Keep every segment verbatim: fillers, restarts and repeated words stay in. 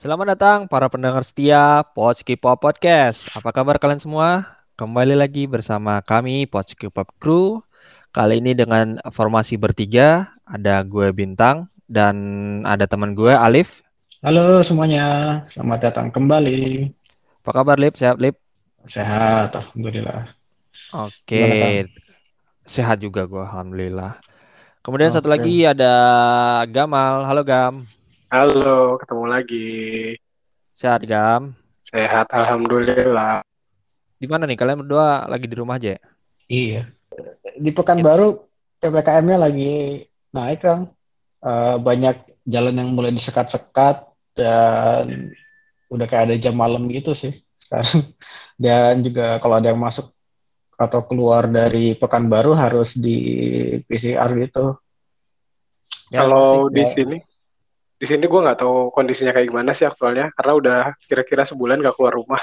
Selamat datang para pendengar setia Podskipop Podcast. Apa kabar kalian semua? Kembali lagi bersama kami Podskipop Crew. Kali ini dengan formasi bertiga, ada gue Bintang dan ada teman gue Alif. Halo semuanya, selamat datang kembali. Apa kabar Lip? Sehat Lip? Sehat, Alhamdulillah. Oke, Gimana Kang? sehat juga gue Alhamdulillah. Kemudian satu Oke, lagi ada Gamal. Halo Gam. Halo, ketemu lagi. Sehat Gam. Sehat, alhamdulillah. Di mana nih? Kalian berdua lagi di rumah aja ya? iya. Di It- Pekanbaru P P K M-nya lagi naik Kang. Eh, banyak jalan yang mulai disekat-sekat dan udah kayak ada jam malam gitu sih sekarang. Dan juga kalau ada yang masuk atau keluar dari Pekanbaru harus di P C R gitu. Ya emang sih. Kalau di Ya, sini, di sini gue nggak tahu kondisinya kayak gimana sih aktualnya, karena udah kira-kira sebulan gak keluar rumah.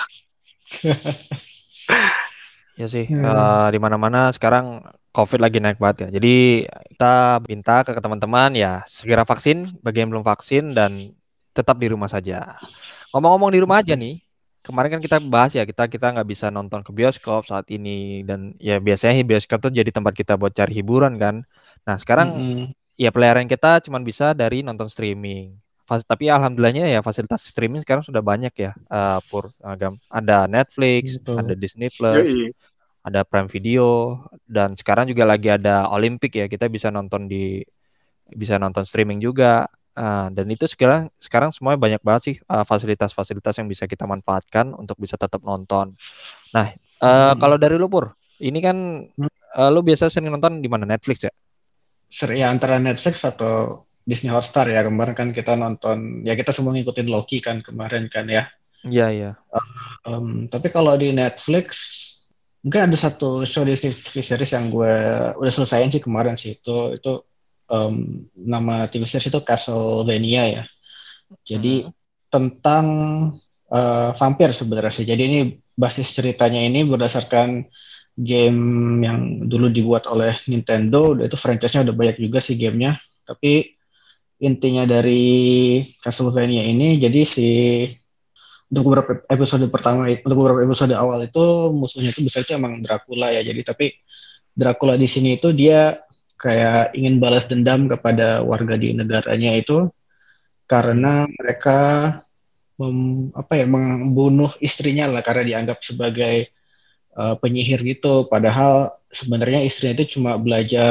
Ya sih, hmm, eh, di mana-mana sekarang COVID lagi naik banget ya. Jadi kita minta ke teman-teman ya segera vaksin bagi yang belum vaksin dan tetap di rumah saja. Ngomong-ngomong di rumah aja nih, kemarin kan kita bahas ya kita kita nggak bisa nonton ke bioskop saat ini dan ya biasanya bioskop tuh jadi tempat kita buat cari hiburan kan. Nah sekarang mm-mm, ya pelayaran kita cuma bisa dari nonton streaming. Fas- tapi alhamdulillahnya ya fasilitas streaming sekarang sudah banyak ya, eh, Pur, Agam. Ada Netflix, ada gitu. Disney Plus, Yoi. ada Prime Video, dan sekarang juga lagi ada Olimpik ya, kita bisa nonton di bisa nonton streaming juga. Ah, dan itu sekarang sekarang semuanya banyak banget sih, ah, fasilitas-fasilitas yang bisa kita manfaatkan untuk bisa tetap nonton. Nah, eh, kalau Mm-mm. dari lu Pur, ini kan eh, lu biasa sering nonton di mana? Netflix ya? Seri ya, antara Netflix atau Disney Hotstar ya. Kemarin kan kita nonton, ya kita semua ngikutin Loki kan kemarin kan ya. Iya, iya. Em, tapi kalau di Netflix mungkin ada satu show di T V series yang gue udah selesaiin sih kemarin sih, itu itu em, nama T V series itu Castlevania ya. Jadi Mhm. tentang eh, vampir sebenarnya sih. Jadi ini basis ceritanya ini berdasarkan game yang dulu dibuat oleh Nintendo. Udah itu franchise-nya udah banyak juga sih gamenya. Tapi intinya dari Castlevania ini, jadi si untuk beberapa episode pertama, untuk beberapa episode awal itu musuhnya itu besar itu emang Dracula ya. Jadi tapi Dracula di sini itu dia kayak ingin balas dendam kepada warga di negaranya itu Hmm. karena mereka mem- apa ya membunuh istrinya lah karena dianggap sebagai uh, penyihir gitu. Padahal sebenarnya istrinya itu cuma belajar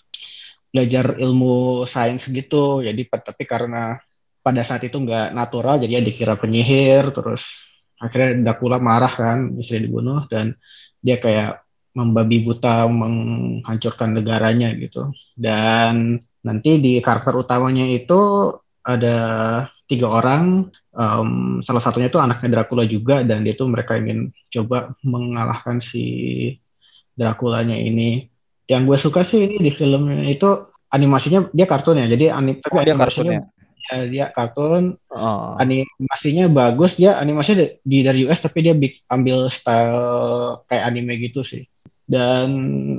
belajar ilmu sains gitu. Jadi tapi karena pada saat itu nggak natural, jadi dia dikira penyihir. Terus akhirnya Dracula marah kan, istri dibunuh dan dia kayak membabi buta menghancurkan negaranya gitu. Dan nanti di karakter utamanya itu ada tiga orang. Um, salah satunya itu anaknya Dracula juga dan dia tuh mereka ingin coba mengalahkan si Draculanya ini. Yang gue suka sih ini di filmnya itu animasinya dia kartun ya. Jadi anim tapi Oh, dia kartun animasinya ya? ya, dia kartun, Oh. animasinya bagus, dia animasinya di, di- dari U S tapi dia bik- ambil style kayak anime gitu sih. Dan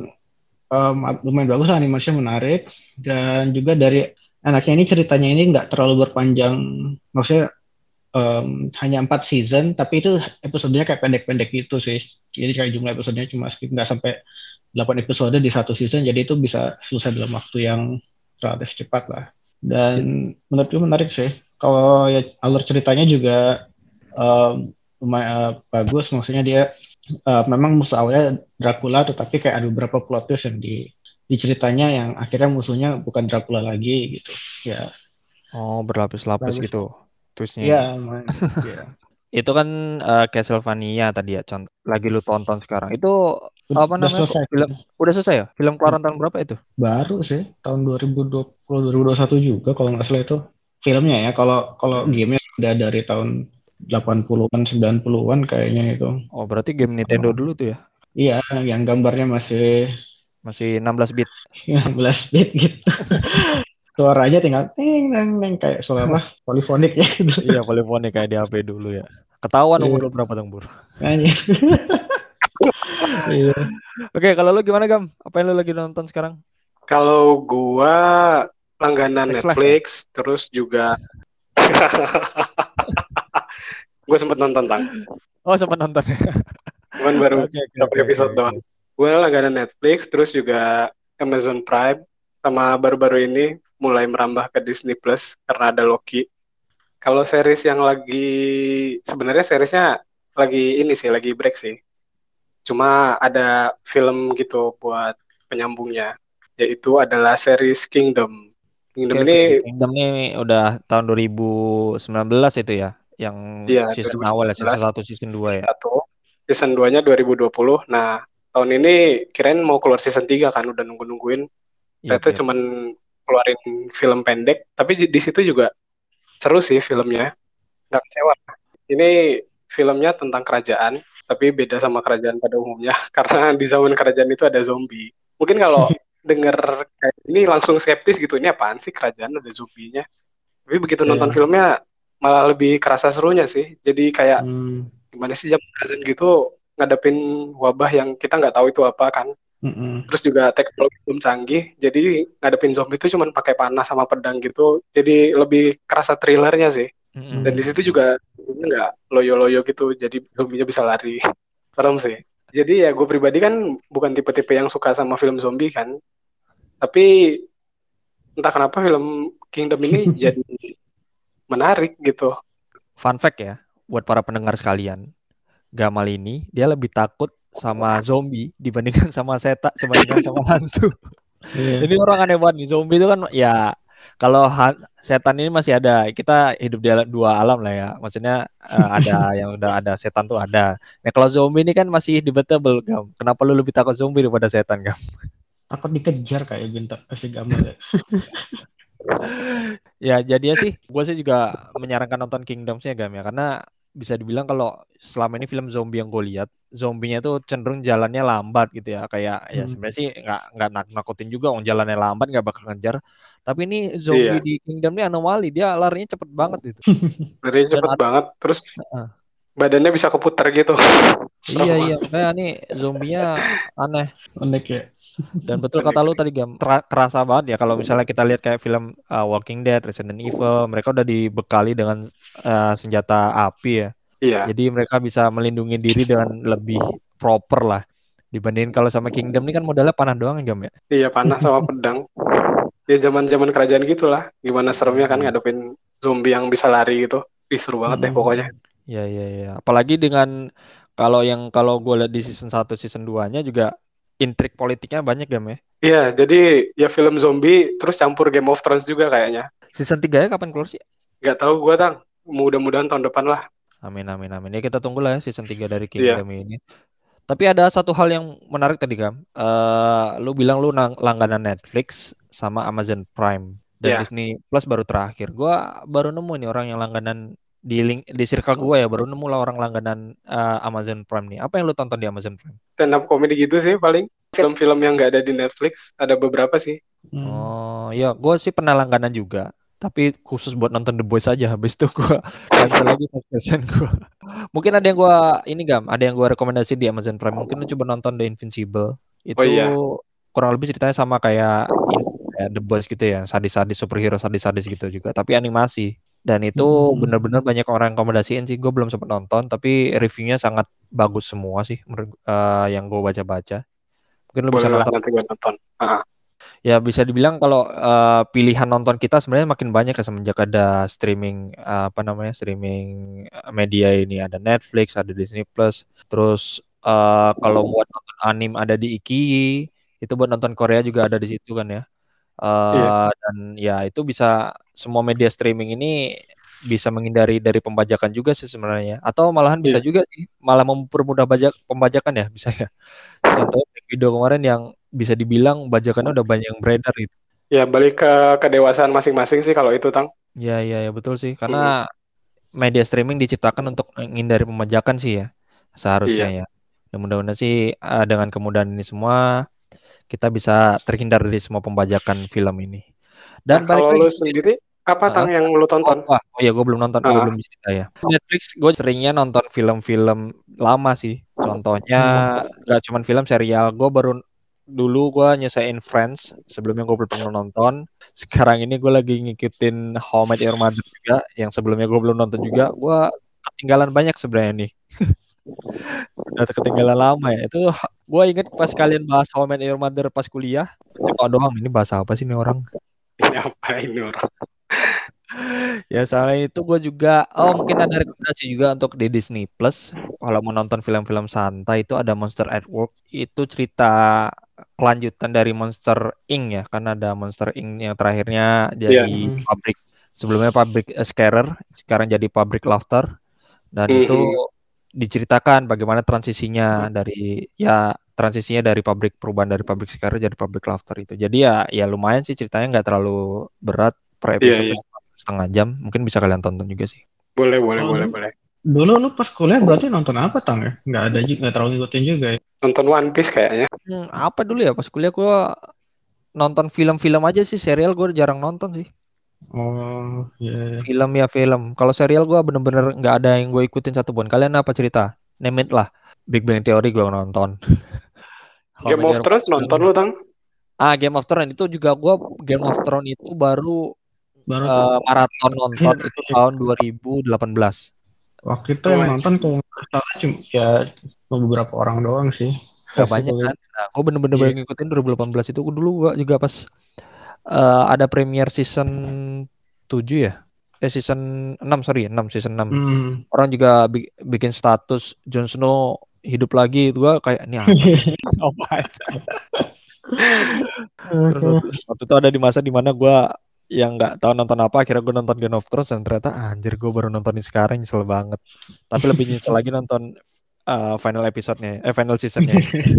um, lumayan bagus lah, animasinya menarik dan juga dari anaknya ini ceritanya ini nggak terlalu berpanjang, maksudnya em, hanya empat season, tapi itu episodenya kayak pendek-pendek gitu sih. Jadi kayak jumlah episodenya cuma sedikit, nggak sampai delapan episode di satu season, jadi itu bisa selesai dalam waktu yang relatif cepat lah. It- Dan menurutku menarik sih. Kalau ya alur ceritanya juga em, lumayan eh, bagus, maksudnya dia eh, memang musuh awalnya Dracula, tetapi kayak ada beberapa plot twist yang di di ceritanya yang akhirnya musuhnya bukan Dracula lagi gitu. Ya, Oh, berlapis-lapis bagus gitu lah. twistnya Iya, ya. lumayan. Iya. Itu kan eh, Castlevania tadi ya, contoh lagi lu tonton sekarang. Itu apa Udah namanya? Kok selesai. film udah selesai ya? Film keluaran tahun berapa itu? Baru sih tahun dua ribu dua puluh dua ribu dua puluh satu juga kalau nggak salah itu filmnya ya. Kalau kalau Hmm. gamenya sudah dari tahun delapan puluhan-an sembilan puluhan-an kayaknya itu. Oh, berarti game Nintendo Oh, dulu tuh ya. iya, yang gambarnya masih Masih enam belas bit. enam belas bit gitu. Suaranya tinggal ting neng neng kayak suara apa? Polifonik ya gitu. Iya, polifonik kayak di H P dulu ya. Ketahuan umur lu Iya, berapa, Tang Bur. makanya. Iya. Oke, kalau lu gimana, Gam? Apa yang lu lagi nonton sekarang? Kalau gua langganan Sex Life ya? Netflix, terus juga Gue sempet nonton Tang. Oh sempat nonton. Cuman baru Oke oke beberapa oke episode oke. doang. Gue langganan Netflix, terus juga Amazon Prime, sama baru-baru ini mulai merambah ke Disney Plus karena ada Loki. Kalau series yang lagi, sebenarnya seriesnya lagi ini sih, lagi break sih. Cuma ada film gitu buat penyambungnya, yaitu adalah series Kingdom. Oke Kingdom oke. ini, Kingdom nih udah tahun dua ribu sembilan belas itu ya, yang ya season awal ya, season dua ribu sembilan belas, satu season dua ya. satu, season dua-nya dua ribu dua puluh. Nah, tahun ini kirain mau keluar season tiga kan, udah nunggu-nungguin. Yap Ternyata yap. cuman keluarin film pendek, tapi di di situ juga seru sih filmnya. Nggak kecewa. Ini filmnya tentang kerajaan, tapi beda sama kerajaan pada umumnya, karena di zaman kerajaan itu ada zombie. Mungkin kalau denger kayak ini langsung skeptis gitu, ini apaan sih kerajaan ada zombinya? Tapi begitu nonton Iya. filmnya, malah lebih kerasa serunya sih. Jadi kayak, Hmm. gimana sih zaman kerajaan gitu, ngadepin wabah yang kita nggak tahu itu apa kan. Mm-mm. Terus juga teknologi belum canggih, jadi ngadepin zombie itu cuma pakai panah sama pedang gitu. Jadi lebih kerasa thrillernya sih. Dan di Mm-mm. situ juga nggak loyo-loyo gitu, jadi zombinya bisa lari. Serem sih. Jadi ya gue pribadi kan bukan tipe-tipe yang suka sama film zombie kan, tapi entah kenapa film Kingdom ini jadi menarik gitu. Fun fact ya, buat para pendengar sekalian, Gamal ini dia lebih takut sama zombie dibandingkan sama setan, dibandingkan sama hantu. Iya. Ini orang aneh banget nih, zombie itu kan ya kalau han- setan ini masih ada, kita hidup di ala- dua alam lah ya. Maksudnya eh, ada yang udah ada setan tuh ada. Nah kalau zombie ini kan masih debatable, Gam. Kenapa lu lebih takut zombie daripada setan, Gam? Takut dikejar kayak bintang kasih gamal ya. Ya jadinya sih, gue sih juga menyarankan nonton Kingdoms-nya, Gam ya, karena bisa dibilang kalau selama ini film zombie yang gue lihat, zombinya tuh cenderung jalannya lambat gitu ya, kayak ya Hmm. sebenarnya sih nggak nggak nak nakutin juga, orang jalannya lambat nggak bakal ngejar. Tapi ini zombie Iya, di Kingdom ini anomali, dia larinya cepet banget gitu. dari Dan cepet ad- banget, terus Heeh. badannya bisa keputar gitu. Iya iya, kayak nih zombinya aneh. Unik ya. Dan betul kata lu tadi, Gam, Tera- kerasa banget ya kalau misalnya kita lihat kayak film uh, Walking Dead, Resident Evil, mereka udah dibekali dengan uh, senjata api ya. Iya, Jadi mereka bisa melindungi diri dengan lebih proper lah. Dibandingin kalau sama Kingdom ini kan modalnya panah doang ya, Gam ya. iya panah sama pedang. Ya zaman-zaman kerajaan gitulah. Gimana seremnya kan Hmm. ngadepin zombie yang bisa lari gitu. Ih, seru banget deh Mm-mm. pokoknya. Iya iya iya. Apalagi dengan kalau yang kalau gue lihat di season satu season dua-nya juga intrik politiknya banyak, Gam ya. Iya, jadi ya film zombie terus campur Game of Thrones juga kayaknya. Season tiga ya kapan keluar sih? Gak tahu gue Tang. Mudah-mudahan tahun depan lah. Amin amin amin. Ya kita tunggu lah ya season tiga dari Iya, Kingdom ini. Tapi ada satu hal yang menarik tadi, Gam. Eh, lu bilang lu nang- langganan Netflix sama Amazon Prime dan iya. Disney Plus baru terakhir. Gua baru nemu nih orang yang langganan di link di circle gua ya, baru nemu lah orang langganan eh, Amazon Prime nih. Apa yang lu tonton di Amazon Prime? Stand up comedy gitu sih paling. Film-film yang gak ada di Netflix. Ada beberapa sih. Hmm. Oh, ya gua sih pernah langganan juga. Tapi khusus buat nonton The Boys aja. Habis itu gua cancel lagi subscription gua. Mungkin ada yang gua ini, Gam, ada yang gua rekomendasi di Amazon Prime. Mungkin lu coba nonton The Invincible. Itu Oh iya, kurang lebih ceritanya sama kayak ini, kayak The Boys gitu ya, sadis-sadis superhero sadis-sadis gitu juga, tapi animasi. Dan itu Hmm. benar-benar banyak orang rekomendasiin sih. Gue belum sempat nonton, tapi reviewnya sangat bagus semua sih menurut eh, yang gue baca-baca. Mungkin lu bisa boleh lah nonton. nanti gue nonton. Ah, Ya bisa dibilang kalau eh, pilihan nonton kita sebenarnya makin banyak ya semenjak ada streaming eh, apa namanya streaming eh, media ini, ada Netflix, ada Disney Plus. Terus eh, kalau buat nonton anime ada di Iki, itu buat nonton Korea juga ada di situ kan ya. iya, Eh, dan ya itu bisa semua media streaming ini bisa menghindari dari pembajakan juga sih sebenarnya. Atau malahan bisa iya. juga sih malah mempermudah bajak pembajakan ya bisa ya. Contohnya video kemarin yang bisa dibilang bajakannya udah banyak yang beredar gitu. Ya balik ke kedewasaan masing-masing sih kalau itu Tang. Ya, ya, ya betul sih. Hmm, Karena media streaming diciptakan untuk menghindari pembajakan sih ya, seharusnya iya. ya. Dan mudah-mudahan sih eh, dengan kemudahan ini semua kita bisa terhindar dari semua pembajakan film ini. Nah, Dan balik kalau lagi, lu sendiri, apa Heeh. Tang yang lu Oh, tonton? wah, oh ya gue belum nonton, gue Ah, belum bisa ya. Netflix gue seringnya nonton film-film lama sih. Contohnya nggak cuman film, serial. Gue baru dulu gue nyesain Friends, sebelumnya gue belum pernah nonton. Sekarang ini gue lagi ngikutin How I Met Your Mother juga, yang sebelumnya gue belum nonton juga. Gue ketinggalan banyak sebenarnya nih. Udah ketinggalan lama ya. Itu gue inget pas kalian bahas How I Met Your Mother pas kuliah, cuma doang ini bahasa apa sih nih orang? Ini apa ini orang? Ya selain itu gue juga, oh mungkin ada rekomendasi juga untuk di Disney Plus. Kalau mau nonton film-film santai itu ada Monster at Work. Itu cerita kelanjutan dari Monster Incorporated ya, karena ada Monster Incorporated yang terakhirnya jadi Iya. Hmm. pabrik, sebelumnya pabrik eh, Scarer, sekarang jadi pabrik Laughter. Dan itu Mhm. diceritakan bagaimana transisinya dari ya transisinya dari pabrik perubahan dari pabrik Scarer jadi pabrik Laughter itu. Jadi ya ya lumayan sih ceritanya, nggak terlalu berat, per Iya, episode iya. setengah jam, mungkin bisa kalian tonton juga sih. Boleh, boleh, Oh, boleh, dulu, boleh. dulu lu pas kuliah berarti nonton apa Tang ya? Nggak ada juga, nggak terlalu ngikutin juga ya. Nonton One Piece kayaknya. Hmm, apa dulu ya pas kuliah gue nonton film-film aja sih, serial gue jarang nonton sih. Oh, iya. Film ya film. Kalau serial gue bener-bener nggak ada yang gue ikutin satupun. Kalian apa cerita? Name it lah. Big Bang Theory gue nonton. How I Game Met of Your Thrones nonton Mother. lu, Tang? Ah, Game of Thrones itu juga gue Game of Thrones itu baru Baru eh, maraton nonton akhir itu tahun dua ribu delapan belas. waktu itu yang Oh, I nonton see. kalau nggak salah cuma ya beberapa orang doang sih. Gak Kasih banyak kulit. kan. Nah, gue bener-bener Iya. ngikutin dua ribu delapan belas itu. Dulu gue juga pas eh, ada premier season tujuh ya. Eh season enam sorry, enam season enam. Hmm. Orang juga bi- bikin status Jon Snow hidup lagi, itu gua kayak ini apa sih? Apa? Terus waktu, waktu itu ada di masa dimana gua yang nggak tahu nonton apa, akhirnya gue nonton Game of Thrones dan ternyata ah, anjir gue baru nonton ini sekarang, nyesel banget. Tapi lebih nyesel lagi nonton uh, final episode-nya, eh final season-nya.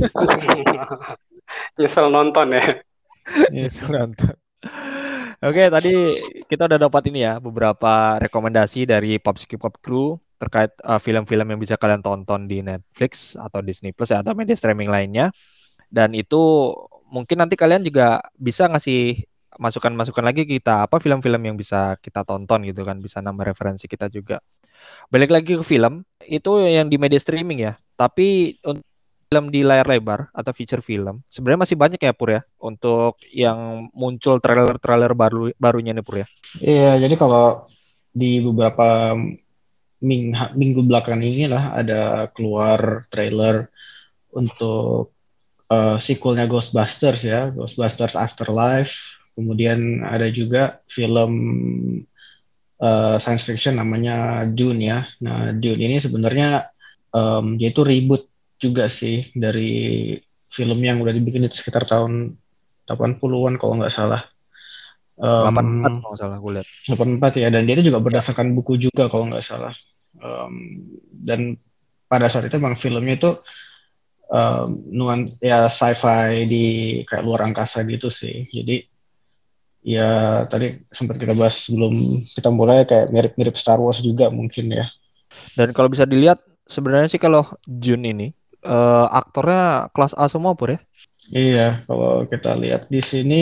Nyesel nonton ya. Nyesel nonton. Oke, tadi kita udah dapat ini ya beberapa rekomendasi dari Popski Pop Crew terkait uh, film-film yang bisa kalian tonton di Netflix atau Disney Plus ya, atau media streaming lainnya. Dan itu mungkin nanti kalian juga bisa ngasih masukan-masukan lagi ke kita, apa film-film yang bisa kita tonton gitu kan, bisa nambah referensi kita juga. Balik lagi ke film, itu yang di media streaming ya. Tapi untuk film di layar lebar atau feature film sebenarnya masih banyak ya Pur ya, untuk yang muncul trailer-trailer baru barunya nih Pur ya. Iya, jadi kalau di beberapa ming- minggu belakangan ini lah ada keluar trailer untuk uh, sequelnya Ghostbusters ya, Ghostbusters Afterlife. Kemudian ada juga film uh, science fiction namanya Dune ya. Nah, Dune ini sebenarnya um, dia itu reboot juga sih dari film yang udah dibikin itu sekitar tahun delapan puluhan kalau nggak salah. delapan puluh empat Um, kalau nggak salah gue lihat. delapan puluh empat ya, dan dia itu juga Ya. berdasarkan buku juga kalau nggak salah. Um, dan pada saat itu emang filmnya itu um, nuan ya sci-fi di kayak luar angkasa gitu sih. Jadi ya tadi sempat kita bahas sebelum kita mulai kayak mirip-mirip Star Wars juga mungkin ya. Dan kalau bisa dilihat sebenarnya sih kalau Jun ini eh, aktornya kelas A semua Pur ya. Iya, kalau kita lihat di sini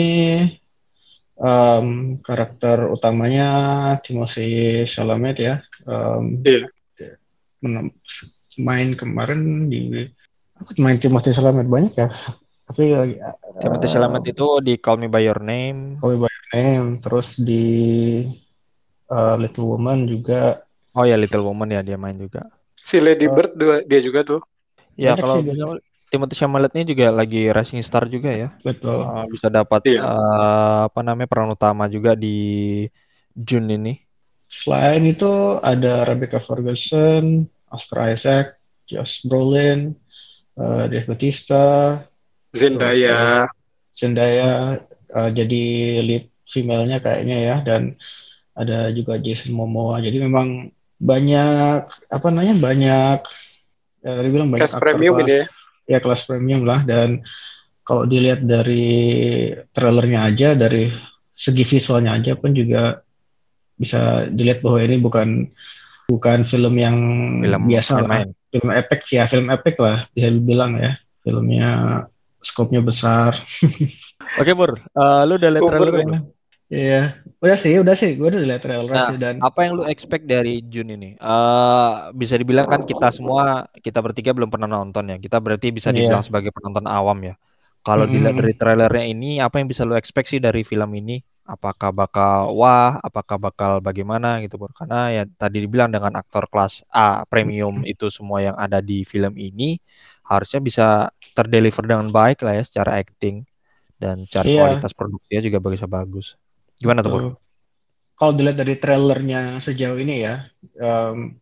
um, karakter utamanya Timothée Chalamet ya. Um, Iya. men- main kemarin di aku main Timothée Chalamet banyak ya. Tapi lagi Timothée uh, Chalamet itu di Call Me by Your Name. Call Me by Your Name, terus di uh, Little Woman juga. Oh ya Little Woman ya dia main juga. Si Lady Uh, Bird dua, dia juga tuh. Ya banyak kalau sih dia. bisa Timothée Chalamet ini juga lagi rising star juga ya. Betul. Uh, bisa dapat Iya. uh, apa namanya peran utama juga di June ini. Selain itu ada Rebecca Ferguson, Oscar Isaac, Josh Brolin, uh, Dave Bautista, terus uh, Zendaya. Zendaya uh, jadi lead female-nya kayaknya ya, dan ada juga Jason Momoa. Jadi memang banyak apa namanya banyak ya tadi bilang banyak Cast aktor premium kelas ini ya. ya kelas premium lah. Dan kalau dilihat dari trailernya aja, dari segi visualnya aja pun juga bisa dilihat bahwa ini bukan bukan film yang Film biasa lah, main-main. film epic ya, film epic lah bisa dibilang ya. Filmnya skopnya besar. Oke Pur, uh, lu udah lihat Umur trailer deh. belum? Iya, udah sih, udah sih, gue udah lihat trailer Nah, sih. Dan apa yang lu expect dari June ini? Uh, bisa dibilang kan kita semua, kita bertiga belum pernah nonton ya. Kita berarti bisa dibilang iya, sebagai penonton awam ya. Kalau dilihat mm-mm. dari trailernya ini, apa yang bisa lu expect sih dari film ini? apakah bakal wah, apakah bakal bagaimana gitu Pur. Karena ya tadi dibilang dengan aktor kelas A premium itu semua yang ada di film ini harusnya bisa terdeliver dengan baik lah ya secara acting dan secara Iya, kualitas produksinya juga bisa bagus. Gimana tuh Pur? betul. Kalau dilihat dari trailernya sejauh ini ya, em,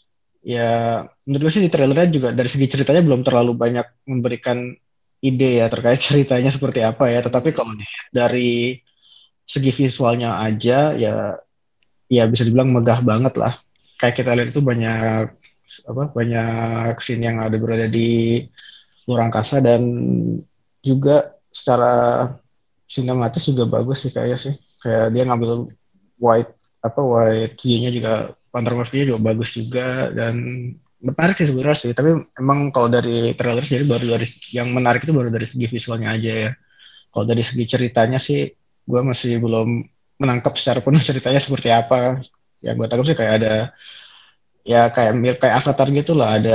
ya menurut gue sih di trailernya juga dari segi ceritanya belum terlalu banyak memberikan ide ya terkait ceritanya seperti apa ya. Tetapi kalau dilihat dari segi visualnya aja ya ya bisa dibilang megah banget lah. Kayak kita lihat itu banyak apa banyak scene yang ada berada di luar angkasa dan juga secara sinematis juga bagus sih kayaknya sih. Kayak dia ngambil wide apa wide view-nya juga panorama view-nya juga bagus juga dan menarik sih sebenarnya sih. Tapi emang kalau dari trailer sendiri baru dari yang menarik itu baru dari segi visualnya aja ya. Kalau dari segi ceritanya sih gue masih belum menangkap secara penuh ceritanya seperti apa. Yang gue tangkap sih kayak ada ya kayak mirip kayak Avatar gitu lah ada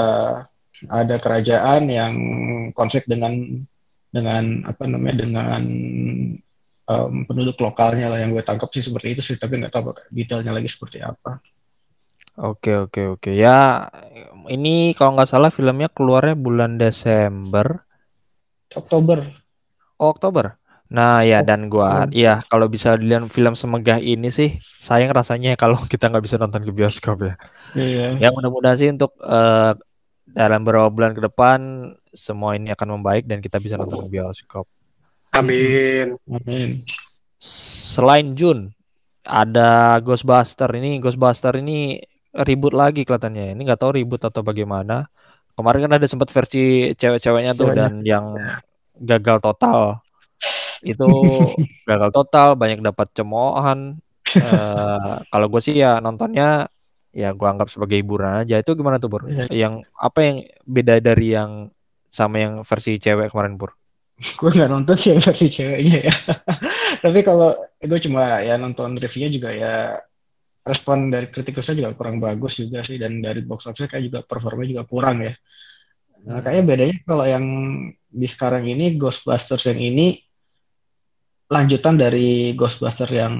ada kerajaan yang konflik dengan dengan apa namanya dengan em, penduduk lokalnya lah yang gue tangkap sih seperti itu sih tapi nggak tahu detailnya lagi seperti apa. Oke oke oke ya ini kalau nggak salah filmnya keluarnya bulan Desember. Oktober. Oh, Oktober. Nah ya dan gua Oktober. ya kalau bisa dilihat film semegah ini sih sayang rasanya kalau kita nggak bisa nonton ke bioskop ya. Iya. Ya mudah-mudahan sih untuk eh, dalam beberapa bulan ke depan semua ini akan membaik dan kita bisa nonton ke bioskop. Mm-mm. Amin. Amin. Selain Jun, ada Ghostbuster ini. Ghostbuster ini ribut lagi kelihatannya. Ini nggak tahu ribut atau bagaimana. Kemarin kan ada sempat versi cewek-ceweknya tuh Istilahnya. dan yang gagal total. Itu gagal total, banyak dapat cemoohan. Eh kalau gue sih ya nontonnya ya gue anggap sebagai hiburan aja. Itu gimana tuh Pur? Ya, Yang apa yang beda dari yang sama yang versi cewek kemarin Pur? gue nggak nonton sih yang versi ceweknya ya. Tapi kalau gue cuma ya nonton reviewnya juga ya respon dari kritikusnya juga kurang bagus juga sih dan dari box office kayak juga performanya juga kurang ya. Nah, kayaknya Hmm. bedanya kalau yang di sekarang ini Ghostbusters yang ini lanjutan dari Ghostbusters yang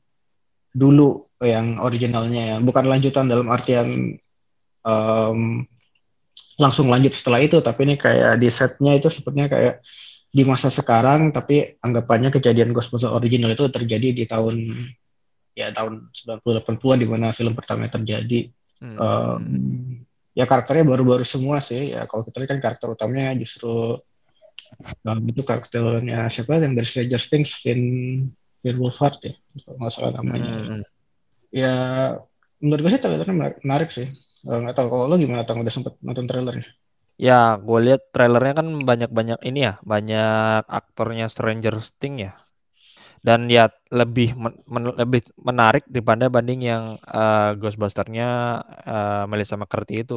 dulu yang originalnya ya. Bukan lanjutan dalam artian em, langsung lanjut setelah itu, tapi ini kayak di setnya itu sepertinya kayak di masa sekarang, tapi anggapannya kejadian Ghostbusters original itu terjadi di tahun ya tahun sembilan puluh delapan puluhan di mana film pertama terjadi. Em, Hmm. ya karakternya baru-baru semua sih. Ya kalau kita lihat kan karakter utamanya justru um, itu karakternya siapa yang dari Stranger Things, Finn Finn Wolfhard ya, kalau nggak salah namanya. Hmm. Ya menurut gue sih trailernya menarik, menarik sih. Eh, nggak tahu kalau lo gimana tang udah sempet nonton trailernya? Ya, gue lihat trailernya kan banyak-banyak ini ya, banyak aktornya Stranger Things ya. Dan ya lebih men- men- lebih menarik daripada banding yang eh, Ghostbuster-nya eh, Melissa McCarthy itu.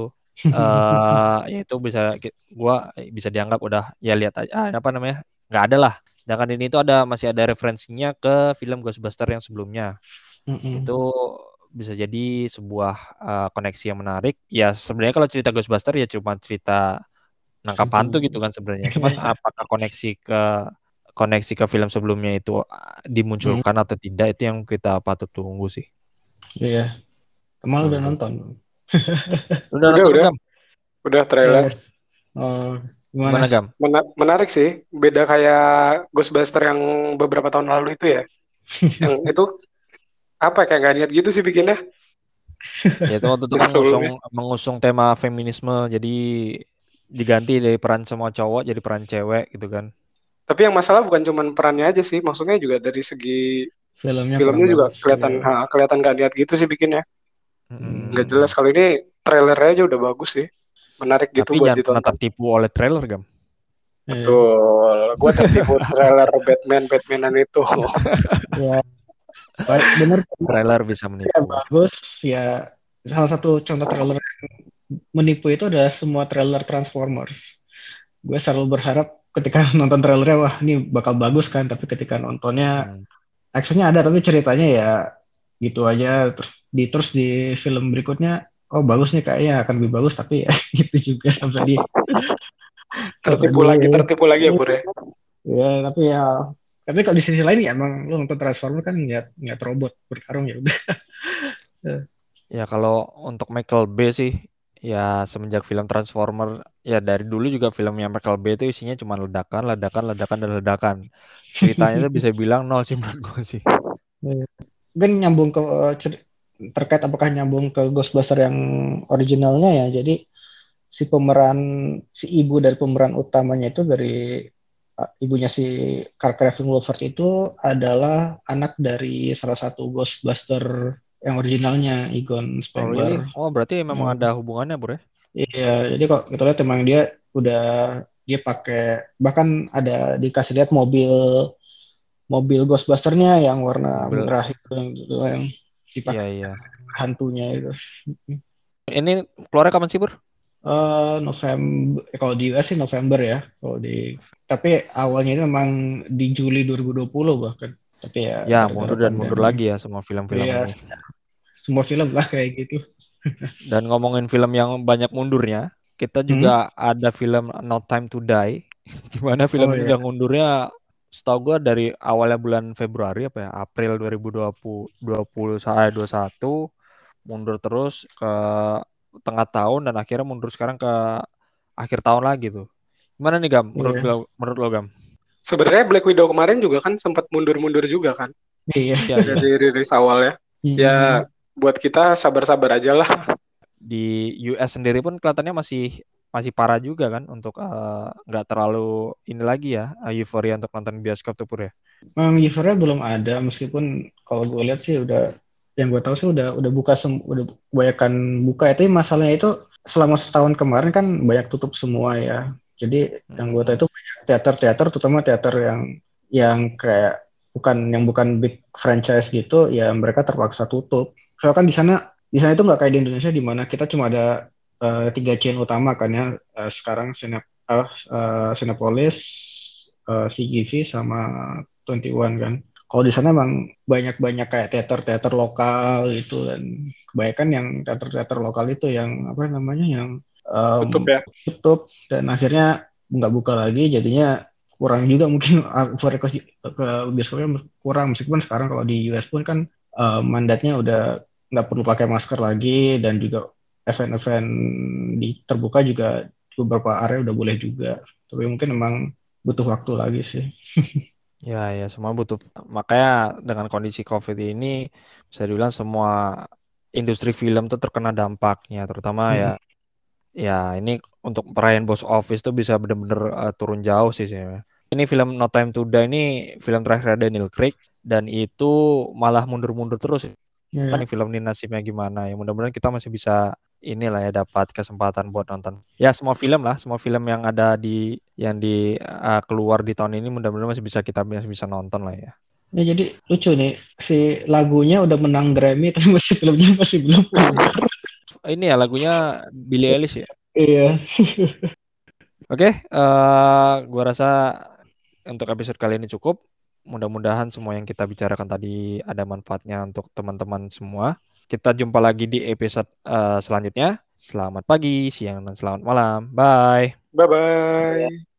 Eh ya itu bisa ki- gua bisa dianggap udah ya lihat aja ah, apa namanya? Nggak ada lah. Sedangkan ini tuh ada masih ada referensinya ke film Ghostbuster yang sebelumnya. Itu Mm-mm. bisa jadi sebuah eh, koneksi yang menarik. Ya sebenarnya kalau cerita Ghostbuster ya cuma cerita nangkap hantu Hantu. gitu kan sebenarnya. Cuman apakah koneksi ke koneksi ke film sebelumnya itu ah, Mm, dimunculkan atau tidak itu yang kita patut tunggu sih. iya, Kemal udah Gitu. nonton. Udah Udah, nonton udah, Gam? udah Oh, trailer. oh, gimana? Gimana Gam? Mena- menarik sih. Beda kayak Ghostbuster yang beberapa tahun lalu itu ya. Yang itu apa ya, kayak gak niat gitu sih bikinnya. Ya itu waktu itu Yang kan ngusung sebelumnya. mengusung tema feminisme jadi diganti dari peran semua cowok jadi peran cewek gitu kan. Tapi yang masalah bukan cuma perannya aja sih. Maksudnya juga dari segi Filmnya kurang filmnya juga bagus. kelihatan Ya. ha, kelihatan gak niat gitu sih bikinnya. Nggak jelas. Mm-mm. Kalau ini trailernya aja udah bagus sih. Menarik gitu Tapi buat jangan pernah ditonton. tertipu oleh trailer Gam. Iya. Betul. Gue tertipu trailer Batman Batmanan itu. Ya, baik, bener Trailer bisa ya menipu. bagus ya. Salah satu contoh trailer yang menipu itu adalah semua trailer Transformers. Gue selalu berharap ketika nonton trailernya wah ini bakal bagus kan, tapi ketika nontonnya Hmm. actionnya ada tapi ceritanya ya gitu aja. Terus di terus di film berikutnya oh bagus nih kayaknya akan lebih bagus tapi ya gitu juga sampai di sampai Tertipu di lagi, tertipu lagi ya Pur ya. ya tapi ya Tapi kalau di sisi lain ya emang lu nonton Transformer kan ngeliat ngeliat robot bertarung ya udah. Ya kalau untuk Michael Bay sih ya semenjak film Transformer ya dari dulu juga filmnya Michael Bay itu isinya cuma ledakan, ledakan, ledakan dan ledakan. Ceritanya tuh bisa bilang nol sih menurut gue sih. Mungkin nyambung ke cer- terkait apakah nyambung ke Ghostbuster yang originalnya ya. Jadi si pemeran si ibu dari pemeran utamanya itu dari uh, ibunya si karakter Evan Wolford itu adalah anak dari salah satu Ghostbuster yang originalnya Egon Oh really? Spengler. Oh berarti memang Hmm. ada hubungannya bro ya? Iya, jadi kok kita lihat emang dia udah dia pakai bahkan ada dikasih lihat mobil mobil Ghostbusternya yang warna Mobil, merah itu yang, gitu, yang iya dipakai iya. hantunya itu. Ini keluarnya kapan sih bro? Eh November, eh, kalau di U S sih November ya. Kalau di tapi awalnya itu memang di Juli dua ribu dua puluh bahkan. Tapi ya Ya gara-gara mundur dan mundur pandemi. lagi ya semua film-film Iya, ini. semua film lah kayak gitu. Dan ngomongin film yang banyak mundurnya, kita Hmm? juga ada film No Time to Die. Gimana film Oh ini ya, udah ngundurnya setahu gue dari awalnya bulan Februari apa ya April dua ribu dua puluh dua puluh saya dua puluh satu mundur terus ke tengah tahun dan akhirnya mundur sekarang ke akhir tahun lagi tuh. Gimana nih Gam? Menurut iya, lo, menurut lo Gam? Sebenarnya Black Widow kemarin juga kan sempat mundur-mundur juga kan iya. Iya iya. dari rilis awalnya. Ya Hmm. buat kita sabar-sabar aja lah. Di U S sendiri pun kelihatannya masih masih parah juga kan untuk eh, nggak terlalu ini lagi ya eh, euforia untuk nonton bioskop tuh Pur ya. Memang usernya belum ada meskipun kalau gue lihat sih udah yang gue tahu sih udah udah buka sem udah kebanyakan buka itu masalahnya itu selama setahun kemarin kan banyak tutup semua ya. Jadi yang gue tahu Mm-mm. itu banyak teater-teater terutama teater yang yang kayak bukan yang bukan big franchise gitu ya mereka terpaksa tutup. Soalnya kan di sana di sana itu nggak kayak di Indonesia di mana kita cuma ada eh, tiga chain utama kan ya. Eh, sekarang Cinep, eh, eh, Cinepolis, eh, C G V sama dua puluh satu kan. Kalau di sana emang banyak-banyak kayak teater-teater lokal gitu dan kebanyakan yang teater-teater lokal itu yang apa namanya yang em, Tutup ya. tutup dan akhirnya nggak buka lagi jadinya kurang juga mungkin euforia ke, ke bioskopnya kurang meskipun sekarang kalau di U S pun kan eh, mandatnya udah nggak perlu pakai masker lagi dan juga event-event di terbuka juga beberapa area udah boleh juga tapi mungkin emang butuh waktu lagi sih. Ya ya semua butuh makanya dengan kondisi COVID ini bisa dibilang semua industri film tuh terkena dampaknya terutama ya Mm, ya ini untuk perayaan box office tuh bisa bener-bener eh, turun jauh sih sih. Ini film No Time to Die ini film terakhir Daniel Craig dan itu malah mundur-mundur terus. Kan ya. nih film ini nasibnya gimana ya mudah-mudahan kita masih bisa inilah ya dapat kesempatan buat nonton ya semua film lah semua film yang ada di yang di uh, keluar di tahun ini mudah-mudahan masih bisa kita masih bisa nonton lah ya. Ya jadi lucu nih si lagunya udah menang Grammy tapi masih filmnya masih belum keluar. Ini ya lagunya Billie Eilish ya. Iya. Oke, eh gua rasa untuk episode kali ini cukup. Mudah-mudahan semua yang kita bicarakan tadi ada manfaatnya untuk teman-teman semua. Kita jumpa lagi di episode eh, selanjutnya. Selamat pagi, siang, dan selamat malam. Bye. Bye-bye.